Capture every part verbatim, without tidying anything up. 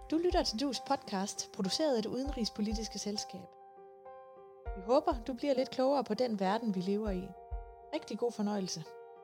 Du lytter til D U's podcast, produceret af Det Udenrigspolitiske Selskab. Vi håber, du bliver lidt klogere på den verden, vi lever i. Rigtig god fornøjelse.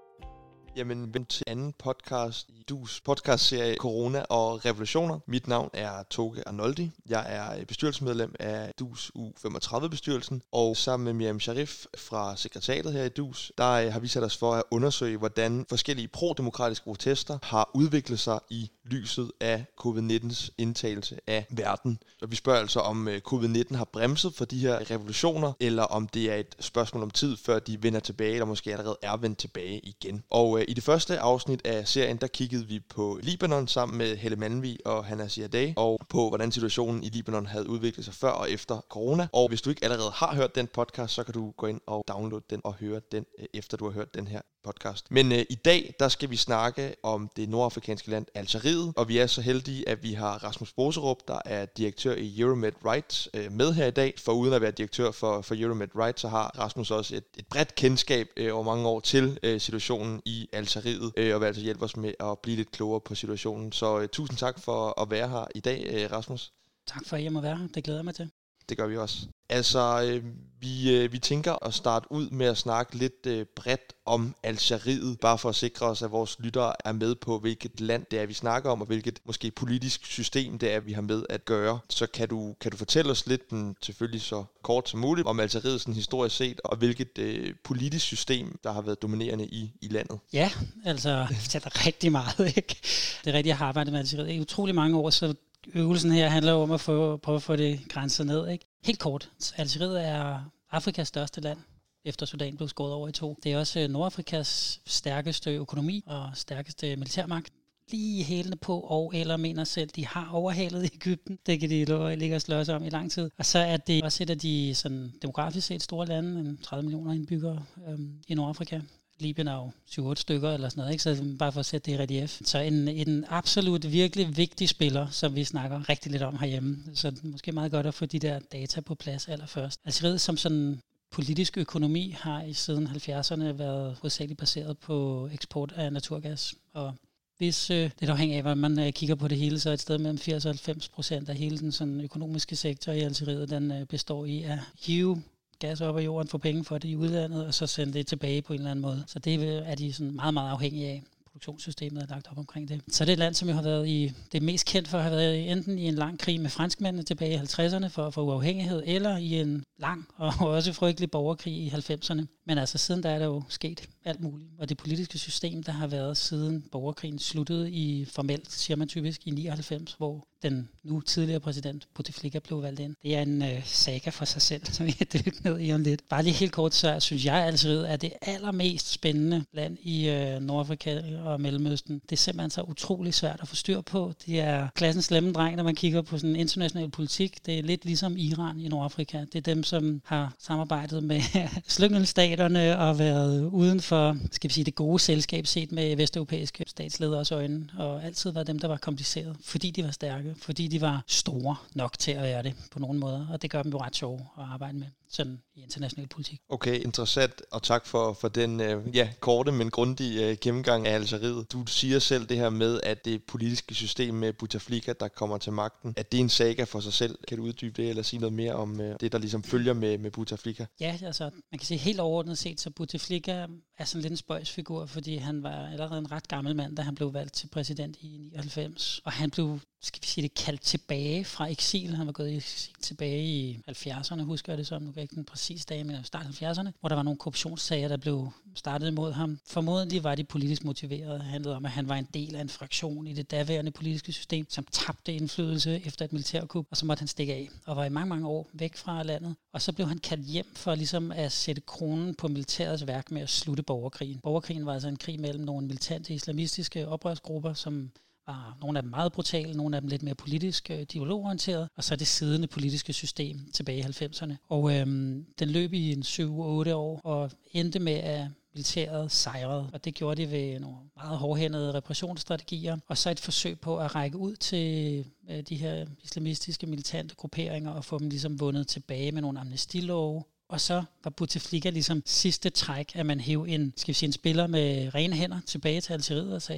Jamen, velkommen til anden podcast i D U's podcastserie Corona og Revolutioner. Mit navn er Toge Arnoldi. Jeg er bestyrelsesmedlem af D U's U femogtredive-bestyrelsen, og sammen med Miriam Sharif fra sekretariatet her i D U's, der har vi sat os for at undersøge, hvordan forskellige pro-demokratiske protester har udviklet sig i lyset af covid nittens indtagelse af verden. Og vi spørger altså, om covid nitten har bremset for de her revolutioner, eller om det er et spørgsmål om tid, før de vender tilbage, eller måske allerede er vendt tilbage igen. Og i det første afsnit af serien, der kiggede vi på Libanon sammen med Helle Malmvig og Hanna Ziadeh, og på hvordan situationen i Libanon havde udviklet sig før og efter corona. Og hvis du ikke allerede har hørt den podcast, så kan du gå ind og downloade den og høre den, efter du har hørt den her podcast. Men øh, i dag, der skal vi snakke om det nordafrikanske land Algeriet, og vi er så heldige, at vi har Rasmus Boserup, der er direktør i Euromed Rights, øh, med her i dag. For uden at være direktør for, for Euromed Rights, så har Rasmus også et, et bredt kendskab øh, over mange år til øh, situationen i Algeriet, øh, og vil altså hjælpe os med at blive lidt klogere på situationen. Så øh, tusind tak for at være her i dag, øh, Rasmus. Tak for, at jeg må være her. Det glæder jeg mig til. Det gør vi også. Altså, øh, vi, øh, vi tænker at starte ud med at snakke lidt øh, bredt om Algeriet, bare for at sikre os, at vores lyttere er med på, hvilket land det er, vi snakker om, og hvilket måske politisk system det er, vi har med at gøre. Så kan du, kan du fortælle os lidt, den, selvfølgelig så kort som muligt, om Algeriet sådan historisk set, og hvilket øh, politisk system, der har været dominerende i, i landet? Ja, altså, jeg fortæller rigtig meget, ikke? Det er rigtigt, jeg har arbejdet med Algeriet i utrolig mange år, så øvelsen her handler om at få, prøve at få det grænset ned, ikke? Helt kort. Algeriet er Afrikas største land, efter Sudan blev skåret over i to. Det er også Nordafrikas stærkeste økonomi og stærkeste militærmagt. Lige hælende på, og eller mener selv, de har overhalet Egypten. Det kan de ligge og slås om i lang tid. Og så er det også et af de sådan, demografisk set store lande, tredive millioner indbyggere øhm, i Nordafrika. Libyen er jo syv otte stykker eller sådan noget, ikke? Så bare for at sætte det i relief. Så en, en absolut virkelig vigtig spiller, som vi snakker rigtig lidt om herhjemme. Så det er måske meget godt at få de der data på plads allerførst. Algeriet som sådan politisk økonomi har i siden halvfjerdserne været hovedsageligt baseret på eksport af naturgas. Og hvis øh, det afhænger af, hvordan man øh, kigger på det hele, så er et sted mellem firs og halvfems procent af hele den sådan, økonomiske sektor i Algeriet, den øh, består i at hive gas op af jorden, få penge for det i udlandet, og så sende det tilbage på en eller anden måde. Så det er de sådan meget, meget afhængige af. Produktionssystemet er lagt op omkring det. Så det er et land, som jo har været i, det er mest kendt for at have været i, enten i en lang krig med franskmændene tilbage i halvtredserne for at få uafhængighed, eller i en lang og også frygtelig borgerkrig i halvfemserne. Men altså siden der er der jo sket alt muligt. Og det politiske system, der har været siden borgerkrigen sluttede i formelt, siger man typisk, i nioghalvfems, hvor den nu tidligere præsident Bouteflika blev valgt ind. Det er en øh, saga for sig selv, som vi kan dykke ned i om lidt. Bare lige helt kort, så synes jeg, at Algeriet er det allermest spændende land i øh, Nordafrika og Mellemøsten. Det er simpelthen så utrolig svært at få styr på. Det er klassens slemme dreng, når man kigger på sådan international politik. Det er lidt ligesom Iran i Nordafrika. Det er dem, som har samarbejdet med slyngelstaterne og været uden for, skal vi sige, det gode selskab set med vesteuropæiske statslederes øjne, og altid var dem, der var kompliceret, fordi de var stærke, fordi de var store nok til at være det på nogle måder, og det gør dem jo ret sjove at arbejde med sådan i international politik. Okay, interessant, og tak for, for den øh, ja, korte, men grundige øh, gennemgang af Algeriet. Du siger selv det her med, at det politiske system med Bouteflika, der kommer til magten, at det er en saga for sig selv. Kan du uddybe det, eller sige noget mere om øh, det, der ligesom følger med, med Bouteflika? Ja, altså, man kan sige helt overordnet set, så Bouteflika er sådan lidt en spøjsfigur, fordi han var allerede en ret gammel mand, da han blev valgt til præsident i nioghalvfems, og han blev, skal vi sige det, kaldt tilbage fra eksil. Han var gået i eksil tilbage i halvfjerdserne, husker jeg det som, nu kan jeg ikke den præcis dag, men start halvfjerdserne, hvor der var nogle korruptionssager, der blev startet imod ham. Formodentlig var de politisk motiveret. Det handlede om, at han var en del af en fraktion i det daværende politiske system, som tabte indflydelse efter et militærkup, og så måtte han stikke af, og var i mange, mange år væk fra landet. Og så blev han kaldt hjem for ligesom at sætte kronen på militærets værk med at slutte borgerkrigen. Borgerkrigen var altså en krig mellem nogle militante islamistiske oprørsgrupper, som var nogle af dem meget brutale, nogle af dem lidt mere politisk øh, dialogorienteret, og så det siddende politiske system tilbage i halvfemserne. Og øhm, den løb i en syv otte år, og endte med, at militæret sejrede, og det gjorde de ved nogle meget hårdhændede repressionsstrategier, og så et forsøg på at række ud til øh, de her islamistiske militante grupperinger, og få dem ligesom vundet tilbage med nogle amnestilove. Og så var Bouteflika ligesom sidste træk, at man hævde en, skal vi sige, en spiller med rene hænder tilbage til Algeriet og sagde, hey,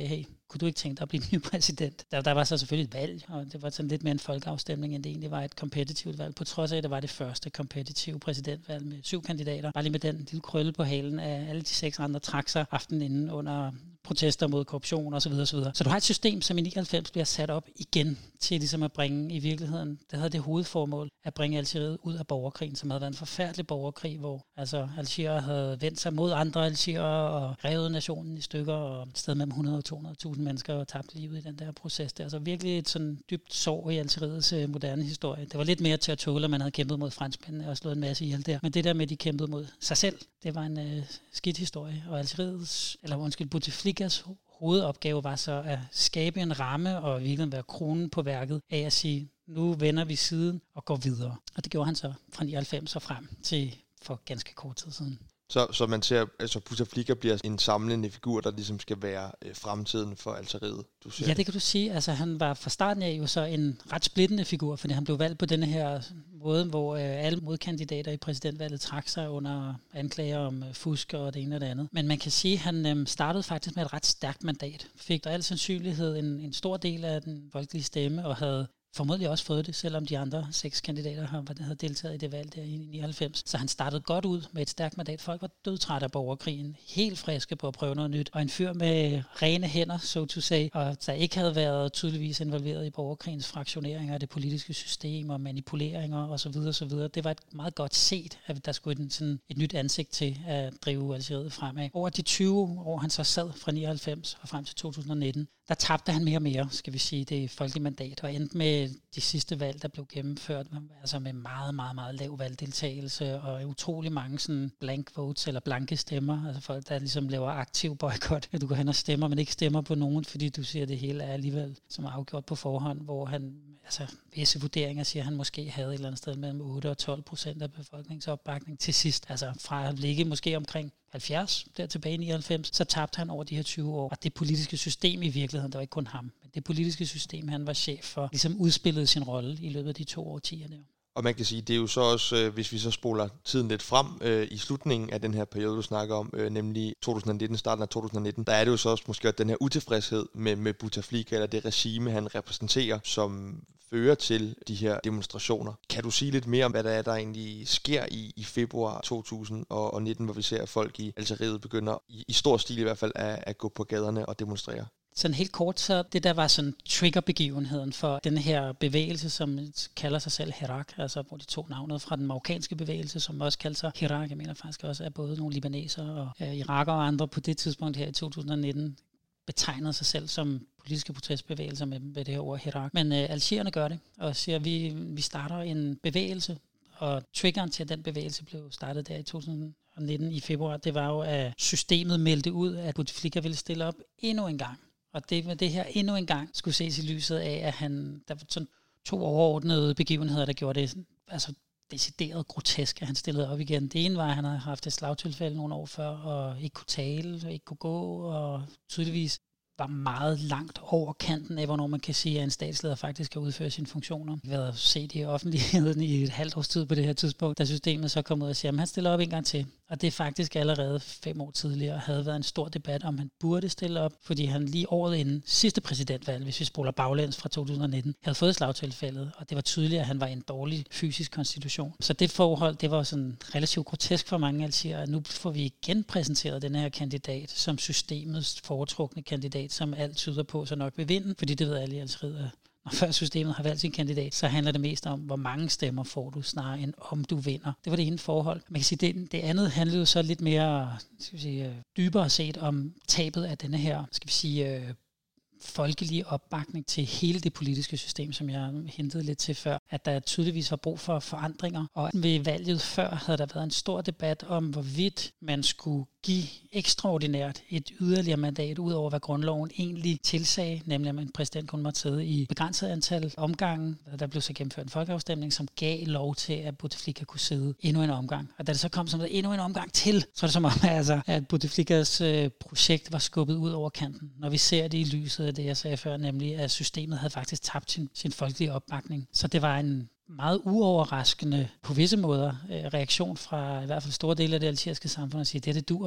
kunne du ikke tænke dig at blive ny præsident? Der, der var så selvfølgelig et valg, og det var sådan lidt mere en folkeafstemning, end det egentlig var et kompetitivt valg, på trods af, at det var det første kompetitive præsidentvalg med syv kandidater. Bare lige med den lille krølle på halen af alle de seks andre trak sig aftenen inden under protester mod korruption osv. osv. Så du har et system, som i nioghalvfems bliver sat op igen til ligesom at bringe i virkeligheden, det havde det hovedformål at bringe Algeriet ud af borgerkrigen, som havde været en forfærdelig borgerkrig, hvor altså Algeriet havde vendt sig mod andre Algerier og revet nationen i stykker, og et sted mellem hundrede og to hundrede tusind mennesker og tabt livet i den der proces. Det er altså virkelig et sådan dybt sorg i Algeriets øh, moderne historie. Det var lidt mere til at tåle, at man havde kæmpet mod franskmændene og slået en masse ihjel der. Men det der med, at de kæmpede mod sig selv, det var en øh, skidt historie. Og Algeriets, eller undskyld, Bouteflikas hovedopgave var så at skabe en ramme og virkelig være kronen på værket af at sige, nu vender vi siden og går videre. Og det gjorde han så fra nioghalvfems og frem til for ganske kort tid siden. Så, så man ser, altså Bouteflika bliver en samlende figur, der ligesom skal være øh, fremtiden for Algeriet. Du ser. Ja, det kan du sige. Altså han var fra starten af jo så en ret splittende figur, fordi han blev valgt på denne her måde, hvor øh, alle modkandidater i præsidentvalget trak sig under anklager om øh, fusk og det ene og det andet. Men man kan sige, at han øh, startede faktisk med et ret stærkt mandat. Fik der al sandsynlighed en, en stor del af den folkelige stemme og havde formodentlig også fået det, selvom de andre seks kandidater har, havde deltaget i det valg der i nioghalvfems. Så han startede godt ud med et stærkt mandat. Folk var dødtrætte af borgerkrigen, helt friske på at prøve noget nyt, og en fyr med rene hænder, so to say, og der ikke havde været tydeligvis involveret i borgerkrigens fraktioneringer af det politiske system og manipuleringer osv. osv. Det var et meget godt set, at der skulle en, sådan et nyt ansigt til at drive Algeriet fremad. Over de tyve år, han så sad fra nioghalvfems og frem til to tusind og nitten, der tabte han mere og mere, skal vi sige, det folkelige mandat, og endte med de sidste valg, der blev gennemført, altså med meget, meget, meget lav valgdeltagelse, og utrolig mange sådan blank votes, eller blanke stemmer, altså folk, der ligesom laver aktiv boykot, at du går hen og stemmer, men ikke stemmer på nogen, fordi du siger, at det hele er alligevel som er afgjort på forhånd, hvor han, altså visse vurderinger siger, at han måske havde et eller andet sted mellem otte og tolv procent af befolkningsopbakning til sidst, altså fra at ligge måske omkring halvfjerds, der tilbage i nioghalvfems, så tabte han over de her tyve år. Og det politiske system i virkeligheden, der var ikke kun ham, men det politiske system, han var chef for, ligesom udspillede sin rolle i løbet af de to årtier der. Og man kan sige, det er jo så også, øh, hvis vi så spoler tiden lidt frem øh, i slutningen af den her periode, du snakker om, øh, nemlig to tusind og nitten, starten af to tusind og nitten, der er det jo så også måske den her utilfredshed med, med Bouteflika, eller det regime, han repræsenterer, som fører til de her demonstrationer. Kan du sige lidt mere om, hvad der er, der egentlig sker i, i februar to tusind og nitten, hvor vi ser, at folk i Algeriet begynder, i, i stor stil i hvert fald, at, at gå på gaderne og demonstrere? Sådan helt kort, så det der var sådan triggerbegivenheden for den her bevægelse, som kalder sig selv Hirak, altså hvor de tog navnet fra den marokkanske bevægelse, som også kalder sig Hirak. Jeg mener faktisk også, at både nogle libaneser og øh, irakere og andre på det tidspunkt her i to tusind og nitten betegnede sig selv som politiske protestbevægelser med, med det her ord Hirak. Men øh, algerierne gør det og siger, at vi, vi starter en bevægelse, og triggeren til, at den bevægelse blev startet der i to tusind og nitten i februar, det var jo, at systemet meldte ud, at Bouteflika ville stille op endnu en gang. Og det med det her endnu en gang skulle ses i lyset af, at han, der var sådan to overordnede begivenheder, der gjorde det altså decideret grotesk, at han stillede op igen. Det ene var, at han havde haft et slagtilfælde nogle år før, og ikke kunne tale, og ikke kunne gå, og tydeligvis var meget langt over kanten af, hvornår man kan sige, at en statsleder faktisk kan udføre sine funktioner. Vi har været set i offentligheden i et halvt års tid på det her tidspunkt, da systemet så kom ud og siger, at han stiller op en gang til. Og det er faktisk allerede fem år tidligere havde været en stor debat, om han burde stille op, fordi han lige året inden sidste præsidentvalg, hvis vi spoler baglæns fra to tusind og nitten, havde fået slagtilfældet, og det var tydeligt, at han var i en dårlig fysisk konstitution. Så det forhold, det var sådan relativt grotesk for mange algeriere, at nu får vi igen præsenteret den her kandidat som systemets foretrukne kandidat, som alt tyder på, så nok vil vinde, fordi det ved alle i Algeriet. Når før systemet har valgt sin kandidat, så handler det mest om, hvor mange stemmer får du, snarere end om du vinder. Det var det ene forhold. Man kan sige, det, det andet handlede jo så lidt mere, skal vi sige, dybere set om tabet af denne her, skal vi sige, folkelige opbakning til hele det politiske system, som jeg hentede lidt til før, at der tydeligvis var brug for forandringer. Og ved valget før havde der været en stor debat om, hvorvidt man skulle give ekstraordinært et yderligere mandat, ud over hvad grundloven egentlig tilsagde, nemlig at man præsident kun måtte sidde i begrænset antal omgange. Der blev så gennemført en folkeafstemning, som gav lov til, at Bouteflika kunne sidde endnu en omgang. Og da det så kom som endnu en omgang til, så er det som om, altså, at Bouteflikas øh, projekt var skubbet ud over kanten. Når vi ser det i lyset af det, jeg sagde før, nemlig at systemet havde faktisk tabt sin, sin folkelige opbakning. Så det var en meget uoverraskende, på visse måder, reaktion fra i hvert fald store dele af det algeriske samfund at sige, det det duer ikke.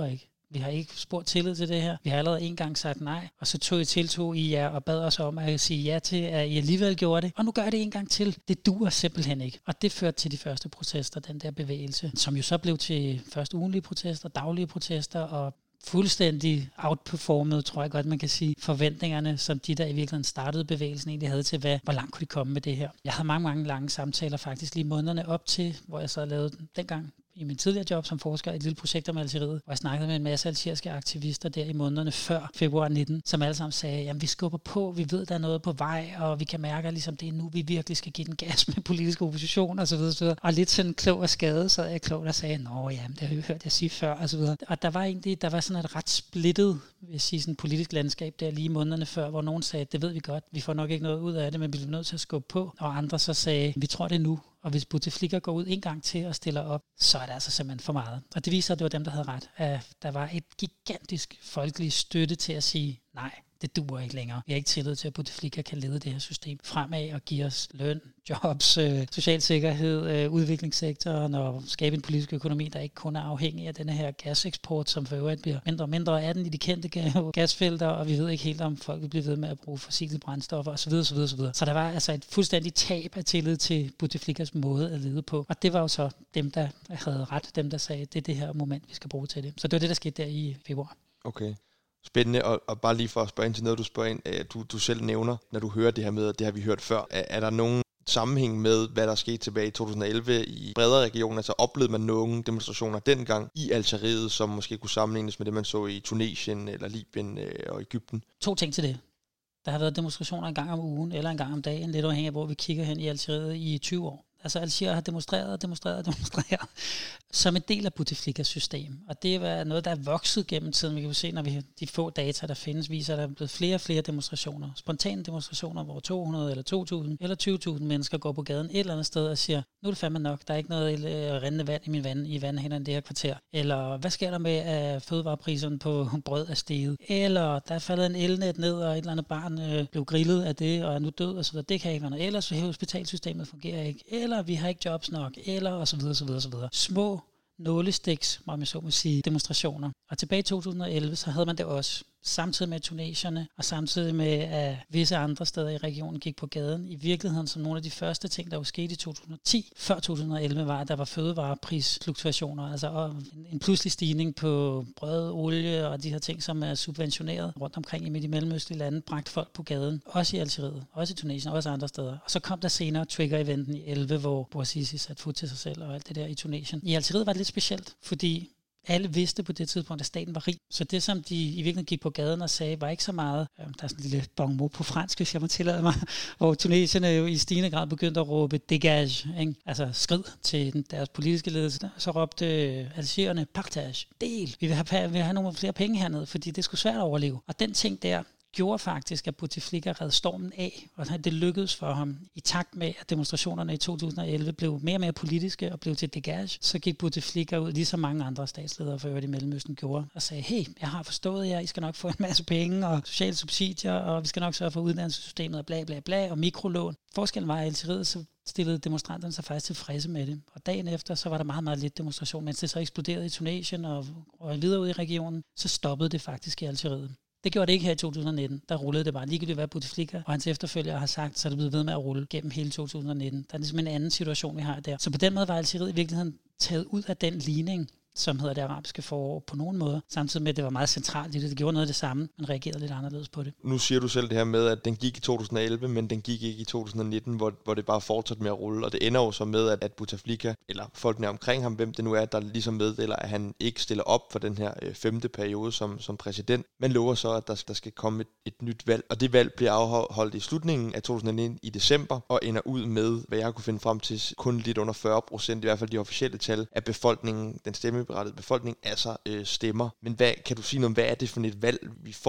Vi har ikke spurgt tillid til det her. Vi har allerede en gang sagt nej, og så tog I tiltog i jer og bad os om at sige ja til, at I alligevel gjorde det. Og nu gør I det en gang til. Det duer simpelthen ikke. Og det førte til de første protester, den der bevægelse, som jo så blev til først ugenlige protester, daglige protester og fuldstændig outperformet, tror jeg godt, man kan sige, forventningerne, som de, der i virkeligheden startede bevægelsen, egentlig havde til, hvad, hvor langt kunne de komme med det her. Jeg havde mange, mange lange samtaler faktisk lige månederne op til, hvor jeg så lavede dengang i min tidligere job som forsker i et lille projekt om Algeriet, hvor jeg snakkede med en masse algeriske aktivister der i månederne før februar nitten, som alle sammen sagde, jamen vi skubber på, vi ved, der er noget på vej, og vi kan mærke, at ligesom, det er nu, vi virkelig skal give den gas med politisk opposition og så videre, så videre. Og lidt sådan klog og skade, så jeg klog der sagde, nå ja, det har jeg hørt jeg sige før og så videre. Og der var egentlig, der var sådan et ret splittet, vil jeg sige, sådan politisk landskab der lige månederne før, hvor nogen sagde, det ved vi godt, vi får nok ikke noget ud af det, men vi bliver nødt til at skubbe på. Og andre så sagde, vi tror det er nu. Og hvis Bouteflika går ud en gang til og stiller op, så er det altså simpelthen for meget. Og det viser, at det var dem, der havde ret. At der var et gigantisk folkelig støtte til at sige, nej, det duer ikke længere. Vi har ikke tillid til, at Bouteflika kan lede det her system fremad og give os løn, jobs, øh, social sikkerhed, øh, udviklingssektoren og skabe en politisk økonomi, der ikke kun er afhængig af denne her gaseksport, som for øvrigt bliver mindre og mindre af den i de kendte gasfelter, og vi ved ikke helt, om folk vil blive ved med at bruge fossile brændstoffer osv. osv., osv. Så der var altså et fuldstændigt tab af tillid til Bouteflikas måde at lede på. Og det var jo så dem, der havde ret, dem der sagde, det er det her moment, vi skal bruge til det. Så det var det, der skete der i februar. Okay. Spændende, og, og bare lige for at spørge ind til noget, du spørger ind, du, du selv nævner, når du hører det her med, det har vi hørt før. Er, er der nogen sammenhæng med, hvad der skete tilbage i to tusind og elleve i bredere regioner? Altså oplevede man nogle demonstrationer dengang i Algeriet, som måske kunne sammenlignes med det, man så i Tunesien eller Libyen øh, og Egypten? To ting til det. Der har været demonstrationer en gang om ugen eller en gang om dagen, lidt afhængig af, hvor vi kigger hen i Algeriet i tyve år. Altså Algeriet har demonstreret og demonstreret og demonstreret som en del af Bouteflikas system. Og det er noget, der er vokset gennem tiden. Vi kan jo se, når vi de få data, der findes, viser, at der er blevet flere og flere demonstrationer. Spontane demonstrationer, hvor to hundrede eller to tusind eller tyve tusind mennesker går på gaden et eller andet sted og siger, nu er det fandme nok, der er ikke noget rindende vand i min vand, i vandhænderne i det her kvarter. Eller hvad sker der med, at fødevarepriserne på brød er steget? Eller der er faldet en elnet ned, og et eller andet barn øh, blev grillet af det, og er nu død, og så videre. Det kan ikke være noget. Ellers så hospitalsystemet fungerer ikke. Eller vi har ikke jobs nok. Eller og så videre, så videre, så videre. Små nålestiks, må man så må sige, demonstrationer. Og tilbage i to tusind og elleve, så havde man det også. Samtidig med tunesierne, og samtidig med, at visse andre steder i regionen gik på gaden. I virkeligheden, som nogle af de første ting, der jo skete i to tusind og ti, før to tusind og elleve, var, at der var fødevareprisfluktuationer, altså en pludselig stigning på brød, olie og de her ting, som er subventioneret rundt omkring i midt i mellemøstlige lande, bragte folk på gaden. Også i Algeriet, også i Tunesien, også andre steder. Og så kom der senere trigger-eventen i elleve, hvor Bouazizi satte fod til sig selv og alt det der i Tunesien. I Algeriet var det lidt specielt, fordi alle vidste på det tidspunkt, at staten var rig. Så det, som de i virkeligheden gik på gaden og sagde, var ikke så meget. Der er sådan en lille bon mot på fransk, hvis jeg må tillade mig, hvor tunesierne jo i stigende grad begyndte at råbe dégage, ikke? Altså skrid til deres politiske ledelse. Så råbte algerierne partage, del. Vi vil have, vi vil have nogle flere penge hernede, fordi det skulle svært at overleve. Og den ting der gjorde faktisk, at Bouteflika redde stormen af, og det lykkedes for ham. I takt med, at demonstrationerne i to tusind og elleve blev mere og mere politiske og blev til dégage, så gik Bouteflika ud, ligesom mange andre statsledere for øvrigt i Mellemøsten gjorde, og sagde, hey, jeg har forstået jer, I skal nok få en masse penge og sociale subsidier, og vi skal nok sørge for uddannelsessystemet og bla bla bla, og mikrolån. Forskellen var, at i Algeriet så stillede demonstranterne sig faktisk tilfredse med det. Og dagen efter, så var der meget, meget lidt demonstration, mens det så eksploderede i Tunesien og, og videre ud i regionen, så stoppede det faktisk i Algeriet. Det gjorde det ikke her i to tusind og nitten. Der rullede det bare ligegyldigt, hvad Bouteflika og hans efterfølgere har sagt, så er det blevet ved med at rulle gennem hele to tusind og nitten. Der er ligesom en anden situation, vi har der. Så på den måde var Algeriet i virkeligheden taget ud af den ligning, som hedder det arabiske forår på nogen måde. Samtidig med, at det var meget centralt i det. Det gjorde noget af det samme, men reagerede lidt anderledes på det. Nu siger du selv det her med, at den gik i to tusind og elleve, men den gik ikke i to tusind og nitten, hvor, hvor det bare fortsatte med at rulle. Og det ender jo så med, at, at Bouteflika, eller folkene omkring ham, hvem det nu er, der ligesom meddeler, at han ikke stiller op for den her øh, femte periode som, som præsident, men lover så, at der, der skal komme et, et nyt valg. Og det valg bliver afholdt i slutningen af to tusind og nitten i december, og ender ud med, hvad jeg kunne finde frem til, kun lidt under fyrre procent, i hvert fald de officielle tal, af befolkningen, den stemmeberettigede befolkning, altså øh, stemmer. Men hvad kan du sige noget om, hvad er det for et valg, vi får i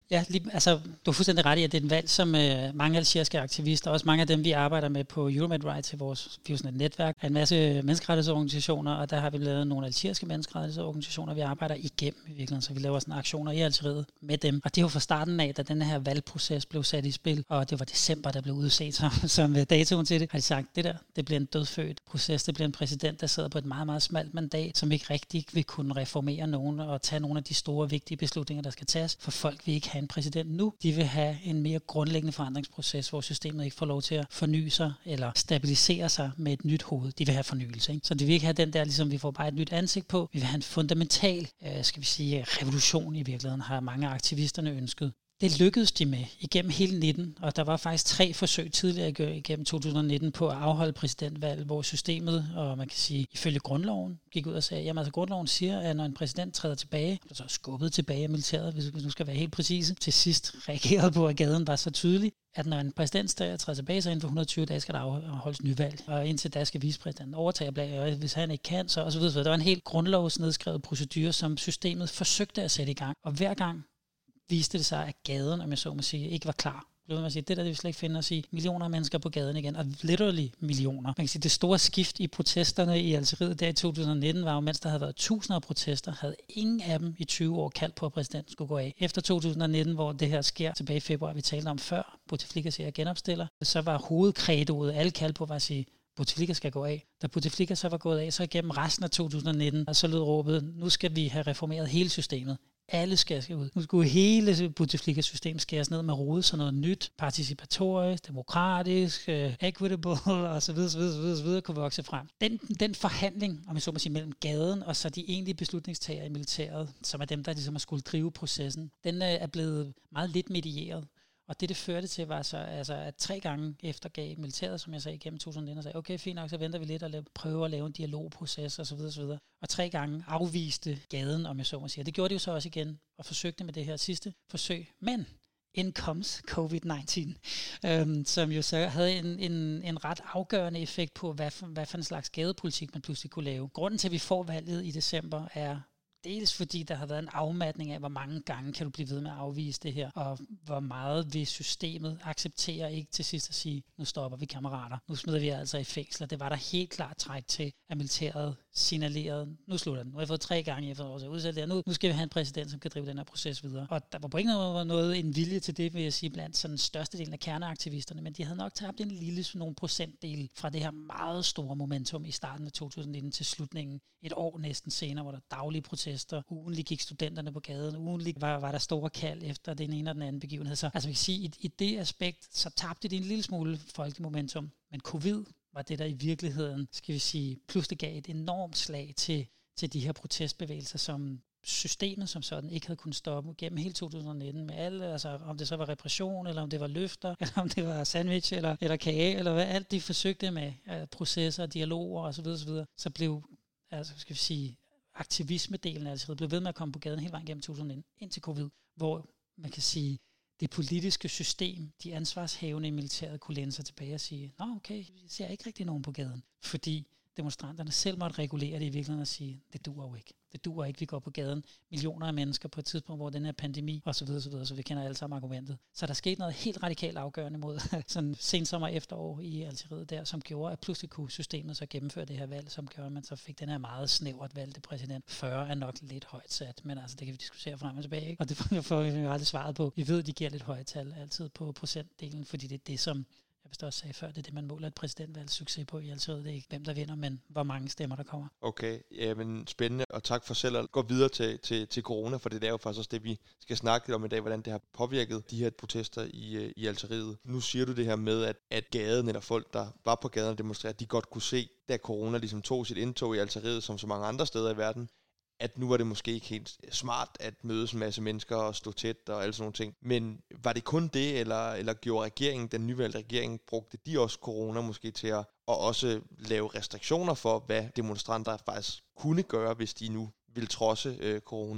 Ja, lige, altså, du har fuldstændig ret i, at det er en valg, som øh, mange algeriske aktivister, også mange af dem, vi arbejder med på Euromed Rights, til vores, vi er jo sådan et netværk af en masse menneskerettighedsorganisationer, og der har vi lavet nogle algeriske menneskerettighedsorganisationer, vi arbejder igennem i virkeligheden, så vi laver sådan aktioner i Algeriet med dem. Og det var fra starten af, da den her valgproces blev sat i spil, og det var december, der blev udset som, som datoen til det, har de sagt, det der, det bliver en dødfødt proces, det bliver en præsident, der sidder på et meget, meget smalt mandat, som ikke rigtig vil kunne reformere nogen og tage nogle af de store, vigtige beslutninger, der skal tages, for folk vil ikke have en præsident nu. De vil have en mere grundlæggende forandringsproces, hvor systemet ikke får lov til at forny sig eller stabilisere sig med et nyt hoved. De vil have fornyelse. Ikke? Så de vil ikke have den der, ligesom vi får bare et nyt ansigt på. Vi vil have en fundamental, øh, skal vi sige, revolution i virkeligheden, har mange af aktivisterne ønsket. Det lykkedes de med igennem hele nitten, og der var faktisk tre forsøg tidligere igennem to tusind nitten på at afholde præsidentvalg, hvor systemet, og man kan sige, ifølge grundloven, gik ud og sagde, jamen altså grundloven siger, at når en præsident træder tilbage, så skubbet tilbage af militæret, hvis vi nu skal være helt præcise, til sidst reagerede på, at gaden var så tydelig, at når en præsident træder tilbage, så inden for et hundrede og tyve dage skal der afholdes nyvalg, og indtil da skal vicepræsidenten overtage blag, og hvis han ikke kan, så og så videre. Der var en helt grundlovsnedskrevet procedure, som systemet forsøgte at sætte i gang, og hver gang viste det sig, at gaden, om jeg så må sige, ikke var klar. Man sige, det der, det vil slet ikke finde at sige millioner af mennesker på gaden igen, og literally millioner. Man kan sige, det store skift i protesterne i Algeriet der i to tusind nitten var jo, mens der havde været tusinder af protester, havde ingen af dem i tyve år kaldt på, at præsidenten skulle gå af. Efter to tusind nitten, hvor det her sker tilbage i februar, vi talte om før, Bouteflika siger genopstiller, så var hovedkredoet, alle kaldte på, var at sige, Bouteflika skal gå af. Da Bouteflika så var gået af, så igennem resten af to tusind nitten, og så lød råbet, nu skal vi have reformeret hele systemet. Alle skal ud. Nu skulle hele Bouteflika-system skæres ned med rode, så noget nyt, participatorisk, demokratisk, uh, equitable og så videre, så videre, så videre, så videre kunne vokse frem. Den, den forhandling, om jeg så må sige, mellem gaden og så de egentlige beslutningstagere i militæret, som er dem, der ligesom har skulle drive processen, den uh, er blevet meget lidt medieret. Og det, det førte til, var så, altså, at tre gange eftergav militæret, som jeg sagde, igennem to tusind nitten, og sagde, okay, fint nok, så venter vi lidt og lave, prøver at lave en dialogproces osv. osv. Og tre gange afviste gaden, om jeg så må sige. Og det gjorde de jo så også igen, og forsøgte med det her sidste forsøg. Men in comes covid nitten, øhm, som jo så havde en, en, en ret afgørende effekt på, hvad for, hvad for en slags gadepolitik man pludselig kunne lave. Grunden til, at vi får valget i december, er dels fordi der har været en afmatning af, hvor mange gange kan du blive ved med at afvise det her, og hvor meget vil systemet acceptere ikke til sidst at sige, nu stopper vi kammerater, nu smider vi altså i fængsler. Det var der helt klart træk til, at militæret signalerede, nu slutter den. Nu har jeg fået tre gange efter vores udsætte der. Nu, nu skal vi have en præsident, som kan drive den her proces videre. Og der var på ingen måde noget en vilje til det, vil jeg sige, blandt sådan størstedelen af kerneaktivisterne, men de havde nok tabt en lille nogle procentdel fra det her meget store momentum i starten af to tusind nitten til slutningen, et år næsten senere, hvor der daglige protester, ugenlig gik studenterne på gaden, ugenlig var, var der store kald efter den ene og den anden begivenhed. Så altså vi kan sige, i, i det aspekt, så tabte de en lille smule folkelig momentum, men covid var det, der i virkeligheden, skal vi sige, pludselig gav et enormt slag til, til de her protestbevægelser, som systemet som sådan ikke havde kunnet stoppe gennem hele to tusind nitten med alle, altså om det så var repression, eller om det var løfter, eller om det var sandwich, eller, eller kage, eller hvad alt de forsøgte med, uh, processer, dialoger osv., osv., så blev, altså skal vi sige, aktivismedelen af Algeriet blev ved med at komme på gaden hele vejen gennem to tusind nitten, indtil covid, hvor man kan sige, det politiske system, de ansvarshavende i militæret kunne læne sig tilbage og sige, nå okay, jeg ser ikke rigtig nogen på gaden, fordi demonstranterne selv måtte regulere det i virkeligheden og sige, det duer jo ikke. Det duer ikke, vi går på gaden. Millioner af mennesker på et tidspunkt, hvor den her pandemi og så videre, så videre, så vi kender alle sammen argumentet. Så der skete noget helt radikalt afgørende mod sådan sensommer efterår i Algeriet der, som gjorde, at pludselig kunne systemet så gennemføre det her valg, som gjorde, at man så fik den her meget snævert valgte præsident. fyrre er nok lidt højt sat, men altså det kan vi diskutere frem og tilbage, ikke? Og det får vi jo aldrig svaret på. Vi ved, at de giver lidt højt tal altid på procentdelen, fordi det er det, som jeg vist også sagde før, det er det, man måler et præsidentvalg succes på i Algeriet. Det er ikke hvem, der vinder, men hvor mange stemmer, der kommer. Okay, ja, men spændende, og tak for selv at gå videre til, til, til corona, for det er jo faktisk også det, vi skal snakke om i dag, hvordan det har påvirket de her protester i, i Algeriet. Nu siger du det her med, at, at gaden eller folk, der var på gaden og demonstrerede, de godt kunne se, da corona ligesom tog sit indtog i Algeriet, som så mange andre steder i verden, at nu var det måske ikke helt smart at mødes en masse mennesker og stå tæt og alle sådan nogle ting. Men var det kun det, eller, eller gjorde regeringen, den nyvalgte regering, brugte de også corona måske til at og også lave restriktioner for, hvad demonstranter faktisk kunne gøre, hvis de nu ville trodse øh, corona?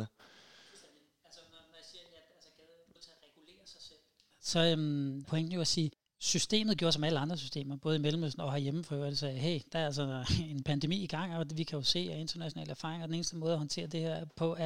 Altså, når jeg siger, at altså, gaden er nødt til at regulere sig selv, så øhm, pointen jo at sige, systemet gjorde som alle andre systemer, både i Mellemøsten og herhjemme for øvrigt, sagde, hey, der er altså en pandemi i gang, og vi kan jo se af internationale erfaringer, at den eneste måde at håndtere det her på er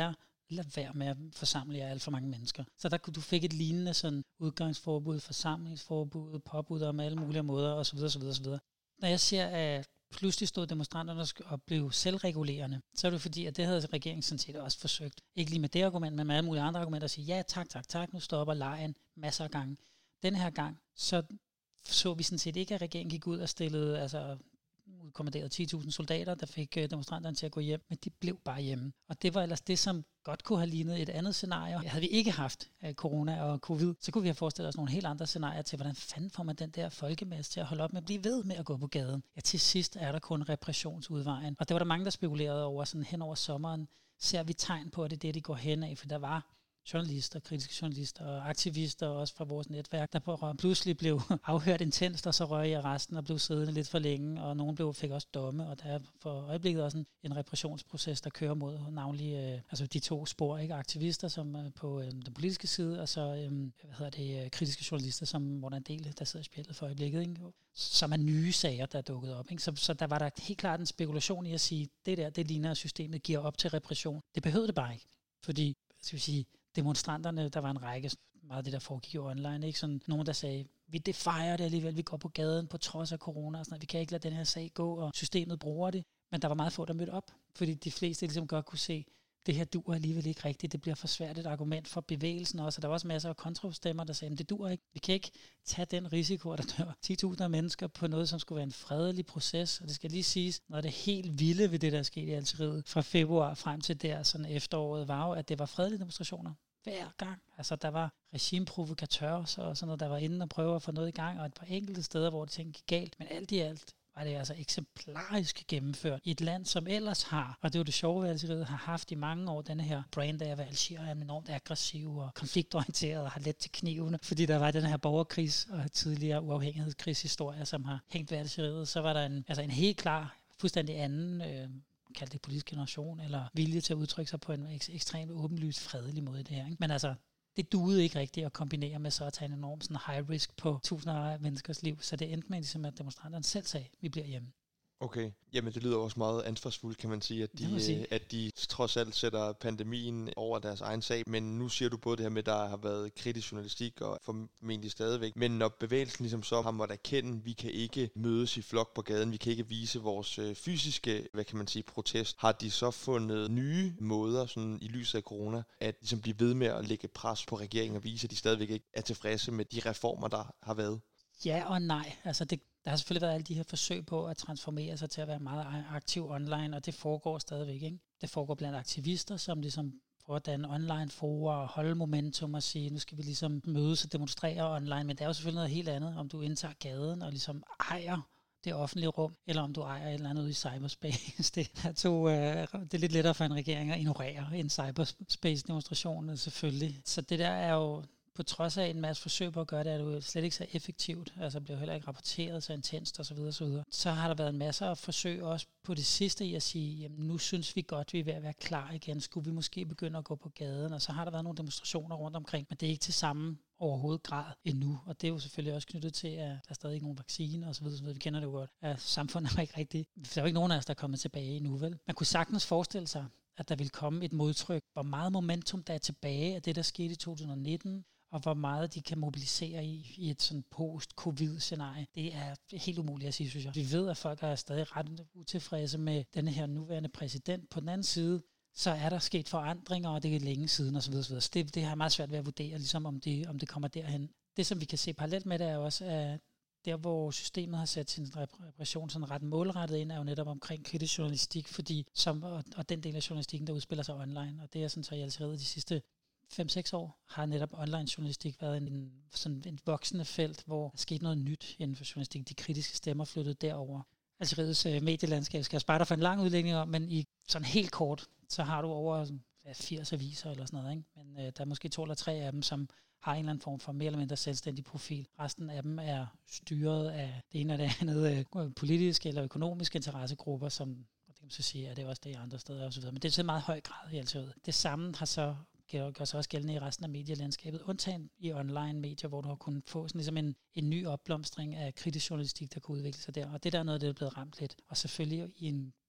lad være med at forsamle jer alt for mange mennesker. Så der kunne du fik et lignende sådan udgangsforbud, forsamlingsforbud, påbud om alle mulige måder osv. osv., osv. Når jeg siger, at pludselig stod demonstranterne og blev selvregulerende, så er det fordi, at det havde regeringen sådan set også forsøgt. Ikke lige med det argument, men med alle mulige andre argumenter at sige, ja tak, tak, tak, nu stopper lejen masser af gange. Den her gang, så så vi sådan set ikke, at regeringen gik ud og stillede, altså udkommanderede ti tusind soldater, der fik demonstranterne til at gå hjem, men de blev bare hjemme. Og det var ellers det, som godt kunne have lignet et andet scenario. Havde vi ikke haft corona og covid, så kunne vi have forestillet os nogle helt andre scenarier til, hvordan fanden får man den der folkemasse til at holde op med at blive ved med at gå på gaden. Ja, til sidst er der kun repressionsudvejen. Og det var der mange, der spekulerede over, sådan hen over sommeren, ser vi tegn på, at det er det, de går hen af, for der var journalister, kritiske journalister og aktivister også fra vores netværk, der pludselig blev afhørt intenst, og så røg i arresten og blev siddende lidt for længe, og nogen blev, fik også domme, og der er for øjeblikket også en, en repressionsproces, der kører mod navnlig øh, altså de to spor, ikke? Aktivister som øh, på øh, den politiske side, og så øh, hvad hedder det, øh, kritiske journalister, som hvor der er en del, der sidder i spjældet for øjeblikket, ikke? Som er nye sager, der er dukket op. Ikke? Så, så der var der helt klart en spekulation i at sige, det der, det ligner, at systemet giver op til repression. Det behøvede det bare ikke, fordi, skal vi sige, demonstranterne, der var en række, meget af det der foregik jo online, ikke? Sådan nogen, der sagde, vi det fejrer det alligevel, vi går på gaden på trods af corona, og sådan noget. Vi kan ikke lade den her sag gå, og systemet bruger det. Men der var meget få, der mødte op, fordi de fleste ligesom godt kunne se, det her duer alligevel ikke rigtigt, det bliver for svært et argument for bevægelsen også, og der var også masser af kontrastemmer, der sagde, det duer ikke. Vi kan ikke tage den risiko, at der dør ti tusind mennesker på noget, som skulle være en fredelig proces, og det skal lige siges, når det helt vilde ved det, der skete i Algeriet fra februar frem til der, sådan efteråret, var jo, at det var fredelige demonstrationer. Hver gang. Altså, der var regimeprovokatører og sådan noget, der var inde og prøve at få noget i gang, og et par enkelte steder, hvor det ting gik galt. Men alt i alt var det altså eksemplarisk gennemført i et land, som ellers har, og det er jo det sjove, at Algeriet har haft i mange år, denne her brand af at være Algeriet er enormt aggressiv og konfliktorienteret og har let til knivene, fordi der var den her borgerkrigs og tidligere uafhængighedskrigshistorie, som har hængt ved Algeriet. Så var der en, altså en helt klar, fuldstændig anden øh, kaldt det politisk generation, eller vilje til at udtrykke sig på en ek- ekstremt åbenlyst fredelig måde i det her. Ikke? Men altså, det duede ikke rigtigt at kombinere med så at tage en enorm sådan high risk på tusinder af menneskers liv, så det endte med, ligesom, at demonstranterne selv sagde, vi bliver hjemme. Okay, jamen det lyder også meget ansvarsfuldt, kan man sige, at de, sige. at de trods alt sætter pandemien over deres egen sag, men nu siger du både det her med, at der har været kritisk journalistik og formentlig stadigvæk, men når bevægelsen ligesom så har måttet erkende, at vi kan ikke mødes i flok på gaden, vi kan ikke vise vores fysiske, hvad kan man sige, protest, har de så fundet nye måder, sådan i lyset af corona, at ligesom blive ved med at lægge pres på regeringen og vise, at de stadigvæk ikke er tilfredse med de reformer, der har været? Ja og nej, altså det Der har selvfølgelig været alle de her forsøg på at transformere sig til at være meget aktiv online, og det foregår stadigvæk, ikke? Det foregår blandt aktivister, som ligesom prøver at danne online forer og holde momentum og sige, nu skal vi ligesom mødes og demonstrere online, men det er jo selvfølgelig noget helt andet, om du indtager gaden og ligesom ejer det offentlige rum, eller om du ejer et eller andet ude i cyberspace. Det er, to, øh, det er lidt lettere for en regering at ignorere en cyberspace-demonstration selvfølgelig. Så det der er jo, på trods af en masse forsøg på at gøre det, er det jo slet ikke så effektivt, altså bliver heller ikke rapporteret så intenst osv. Så, så har der været en masse af forsøg også på det sidste i at sige, jamen nu synes vi godt, vi er ved at være klar igen, skulle vi måske begynde at gå på gaden, og så har der været nogle demonstrationer rundt omkring, men det er ikke til samme overhovedet grad endnu, og det er jo selvfølgelig også knyttet til, at der er stadig ikke nogen vacciner osv., vi kender det jo godt, at samfundet er ikke rigtig, der er jo ikke nogen af os, der er kommet tilbage endnu, vel? Man kunne sagtens forestille sig, at der ville komme et modtryk, hvor meget momentum der er tilbage af det, der skete i to tusind nitten, og hvor meget de kan mobilisere i, i et sådan post-covid-scenarie. Det er helt umuligt at sige, synes jeg. Vi ved, at folk er stadig ret utilfredse med denne her nuværende præsident. På den anden side, så er der sket forandringer, og det er længe siden osv. osv. Så det, det har meget svært ved at vurdere, ligesom om det, om det kommer derhen. Det, som vi kan se parallelt med det, er også, at der, hvor systemet har sat sin repression sådan ret målrettet ind, er jo netop omkring kritisk journalistik, fordi som, og, og den del af journalistikken, der udspiller sig online. Og det er sådan så i Algeriet de sidste fem seks år har netop online journalistik været en, sådan en voksende felt, hvor der skete noget nyt inden for journalistik. De kritiske stemmer flyttede derover. Algeriets øh, medielandskab skal jeg spare dig for en lang udlægning om, men i sådan helt kort, så har du over ja, firs aviser eller sådan noget, ikke? Men øh, der er måske to eller tre af dem, som har en eller anden form for mere eller mindre selvstændig profil. Resten af dem er styret af det ene og det andet øh, politiske eller økonomiske interessegrupper, som, og det kan man så sige, at det er også det i andre steder osv. Men det er til en meget høj grad i Algeriet. Det samme har så gør sig også gældende i resten af medielandskabet, undtagen i online medier, hvor du har kunnet få sådan ligesom en, en ny opblomstring af kritisk journalistik, der kunne udvikle sig der. Og det der er noget, der er blevet ramt lidt. Og selvfølgelig i en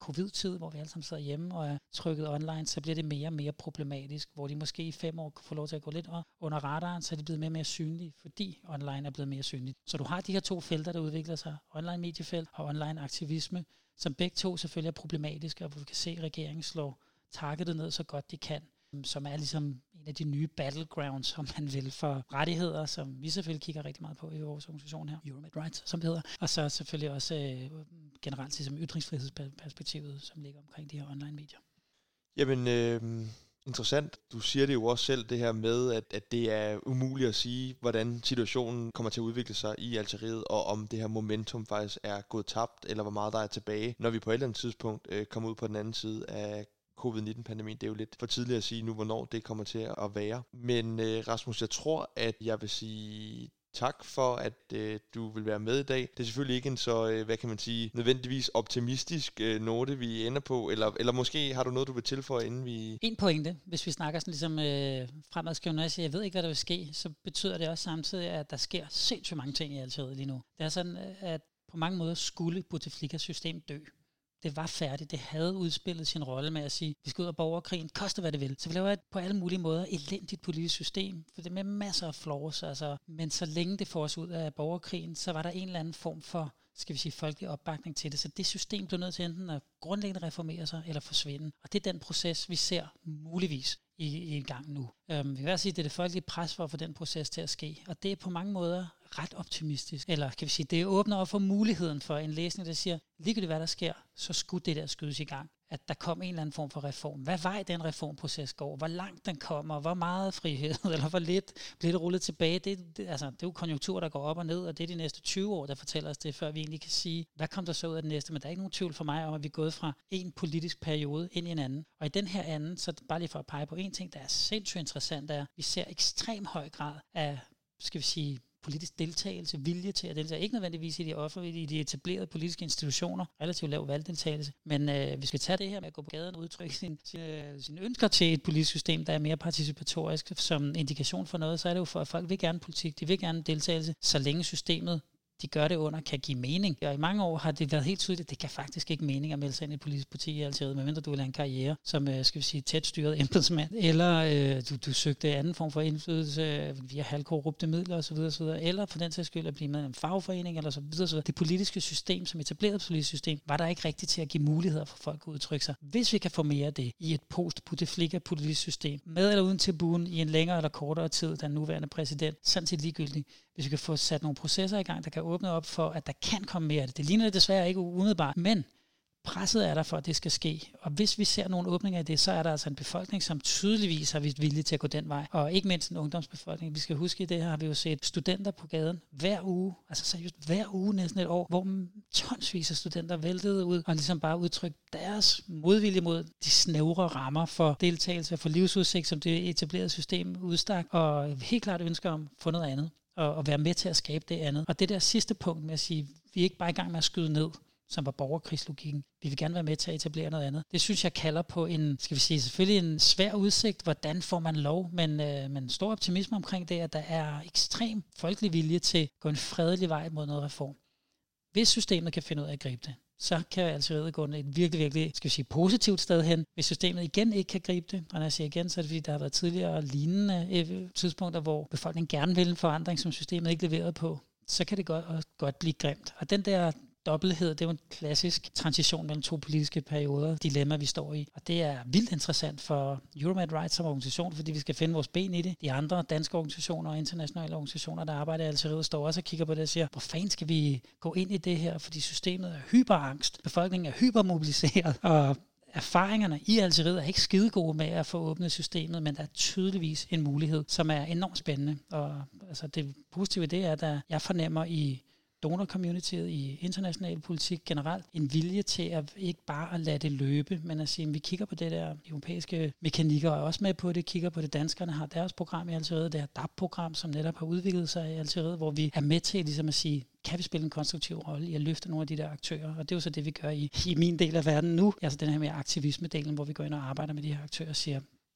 covid-tid, hvor vi alle sammen sidder hjemme og er trykket online, så bliver det mere og mere problematisk, hvor de måske i fem år får lov til at gå lidt under radaren, så er de blevet mere og mere synlige, fordi online er blevet mere synligt. Så du har de her to felter, der udvikler sig, online mediefelt og online aktivisme, som begge to selvfølgelig er problematiske, og hvor vi kan se, at regeringen slår targetet ned så godt de kan, som er ligesom en af de nye battlegrounds, som man vil, for rettigheder, som vi selvfølgelig kigger rigtig meget på i vores organisation her, Euromed Rights, som det hedder, og så selvfølgelig også øh, generelt ligesom ytringsfrihedsperspektivet, som ligger omkring de her online medier. Jamen, øh, interessant. Du siger det jo også selv, det her med, at, at det er umuligt at sige, hvordan situationen kommer til at udvikle sig i Algeriet, og om det her momentum faktisk er gået tabt, eller hvor meget der er tilbage, når vi på et eller andet tidspunkt øh, kommer ud på den anden side af covid nitten-pandemien. Det er jo lidt for tidligt at sige nu, hvornår det kommer til at være. Men øh, Rasmus, jeg tror, at jeg vil sige tak for, at øh, du vil være med i dag. Det er selvfølgelig ikke en så, øh, hvad kan man sige, nødvendigvis optimistisk øh, note, vi ender på, eller, eller måske har du noget, du vil tilføje, inden vi... En pointe, hvis vi snakker sådan ligesom øh, fremadskrivende, når jeg siger, jeg ved ikke, hvad der vil ske, så betyder det også samtidig, at der sker sindssygt mange ting i Algeriet lige nu. Det er sådan, at på mange måder skulle Bouteflikas system dø. Det var færdigt. Det havde udspillet sin rolle med at sige, vi skal ud af borgerkrigen, koste hvad det vil. Så vi laver et på alle mulige måder elendigt politisk system, for det er med masser af flaws. Altså. Men så længe det får os ud af borgerkrigen, så var der en eller anden form for, skal vi sige, folkelig opbakning til det. Så det system blev nødt til enten at grundlæggende reformere sig eller forsvinde. Og det er den proces, vi ser muligvis i, i en gang nu. Um, vi vil sige, at det er det folkelige pres for at få den proces til at ske. Og det er på mange måder ret optimistisk. Eller kan vi sige, det åbner op for muligheden for en læsning, der siger, ligegyldigt hvad der sker, så skulle det der skydes i gang. At der kom en eller anden form for reform. Hvad vej den reformproces går? Hvor langt den kommer? Hvor meget frihed? Eller hvor lidt bliver det rullet tilbage? Det, det, altså, det er jo konjunktur, der går op og ned, og det er de næste tyve år, der fortæller os det, før vi egentlig kan sige, hvad kom der så ud af det næste? Men der er ikke nogen tvivl for mig om, at vi er gået fra en politisk periode ind i en anden. Og i den her anden, så bare lige for at pege på en ting, der er sindssygt interessant, er, at vi ser ekstrem høj grad af, skal vi sige, politisk deltagelse, vilje til at deltage. Ikke nødvendigvis i de offentlige, i de etablerede politiske institutioner, relativt lav valgdeltagelse, men øh, hvis vi tager det her med at gå på gaden og udtrykke sine sin, sin ønsker til et politisk system, der er mere participatorisk som indikation for noget, så er det jo for, at folk vil gerne politik, de vil gerne deltagelse, så længe systemet de gør det under, kan give mening. Og i mange år har det været helt tydeligt, at det kan faktisk ikke mening at melde sig ind i et politisk parti i Algeriet, medmindre du vil have en karriere som, skal vi sige, tæt styret embedsmand, eller øh, du, du søgte anden form for indflydelse via halvkorrupte midler osv., osv., eller for den sags skyld at blive med i en fagforening, eller så videre, så videre. Det politiske system, som etableret politisk system, var der ikke rigtigt til at give muligheder for folk at udtrykke sig. Hvis vi kan få mere af det i et post-Bouteflika politisk system, med eller uden tabuen i en længere eller kortere tid, den nuværende præsident, sådan set ligegyldigt, hvis vi kan få sat nogle processer i gang, der kan åbne op for, at der kan komme mere af det. Det ligner det desværre ikke umiddelbart, men presset er der for, at det skal ske. Og hvis vi ser nogle åbninger af det, så er der altså en befolkning, som tydeligvis har vist vilje til at gå den vej. Og ikke mindst en ungdomsbefolkning. Vi skal huske, i det her har vi jo set studenter på gaden hver uge, altså seriøst hver uge næsten et år, hvor tonsvis af studenter væltede ud og ligesom bare udtrykte deres modvilje mod de snævre rammer for deltagelse og for livsudsigt, som det etablerede system udstak, og helt klart ønsker om at få noget andet. Og, og være med til at skabe det andet. Og det der sidste punkt med at sige, vi er ikke bare i gang med at skyde ned, som var borgerkrigslogikken. Vi vil gerne være med til at etablere noget andet. Det synes jeg kalder på en, skal vi sige, selvfølgelig en svær udsigt, hvordan får man lov, men, øh, men stor optimisme omkring det, at der er ekstrem folkelig vilje til at gå en fredelig vej mod noget reform. Hvis systemet kan finde ud af at gribe det, så kan Algeriet gå et virkelig, virkelig, skal vi sige, positivt sted hen. Hvis systemet igen ikke kan gribe det, og når jeg siger igen, så er det fordi, der har været tidligere lignende tidspunkter, hvor befolkningen gerne vil en forandring, som systemet ikke leverede på, så kan det godt, godt blive grimt. Og den der dobbelthed, det er jo en klassisk transition mellem to politiske perioder, dilemma vi står i. Og det er vildt interessant for Euromed Rights som organisation, fordi vi skal finde vores ben i det. De andre danske organisationer og internationale organisationer, der arbejder i Algeriet, står også og kigger på det og siger, hvor fanden skal vi gå ind i det her, fordi systemet er hyperangst, befolkningen er hypermobiliseret, og erfaringerne i Algeriet er ikke skide gode med at få åbnet systemet, men der er tydeligvis en mulighed, som er enormt spændende. Og altså, det positive i det er, at jeg fornemmer i donor-communityet, i international politik generelt, en vilje til at ikke bare at lade det løbe, men at sige, at vi kigger på det der europæiske mekanikker, og er også med på det, kigger på det, danskerne har deres program i Algeriet, det her D A P-program, som netop har udviklet sig i Algeriet, hvor vi er med til ligesom at sige, kan vi spille en konstruktiv rolle i at løfte nogle af de der aktører, og det er jo så det, vi gør i, i min del af verden nu, altså den her mere aktivisme-delen, hvor vi går ind og arbejder med de her aktører og siger,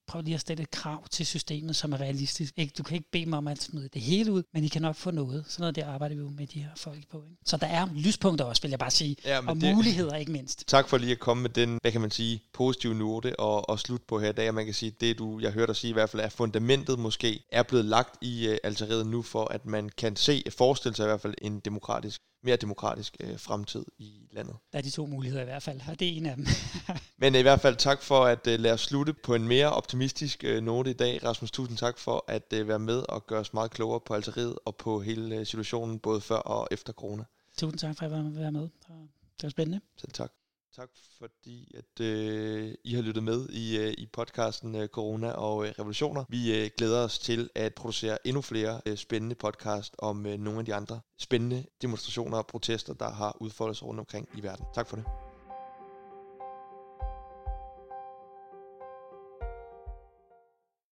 prøv lige at stille et krav til systemet, som er realistisk. Ikke, du kan ikke bede mig om at smide det hele ud, men I kan nok få noget. Sådan noget, det arbejder vi jo med de her folk på. Ikke? Så der er lyspunkter også, vil jeg bare sige, ja, og det, muligheder ikke mindst. Tak for lige at komme med den, hvad kan man sige, positive note og, og slut på her i dag. Man kan sige, det du, jeg hørte dig sige i hvert fald, er fundamentet måske er blevet lagt i uh, Algeriet nu, for at man kan se, forestille sig i hvert fald en demokratisk, mere demokratisk uh, fremtid i landet. Der er de to muligheder i hvert fald, og det er en af dem. Men i hvert fald tak for at uh, lade os slutte på en mere optimistisk uh, note i dag. Rasmus, tusind tak for at uh, være med og gøre os meget klogere på Algeriet og på hele uh, situationen, både før og efter corona. Tusind tak for at være med. Det var spændende. Selv tak. Tak fordi, at øh, I har lyttet med i, øh, i podcasten øh, Corona og øh, Revolutioner. Vi øh, glæder os til at producere endnu flere øh, spændende podcast om øh, nogle af de andre spændende demonstrationer og protester, der har udfoldet sig rundt omkring i verden. Tak for det.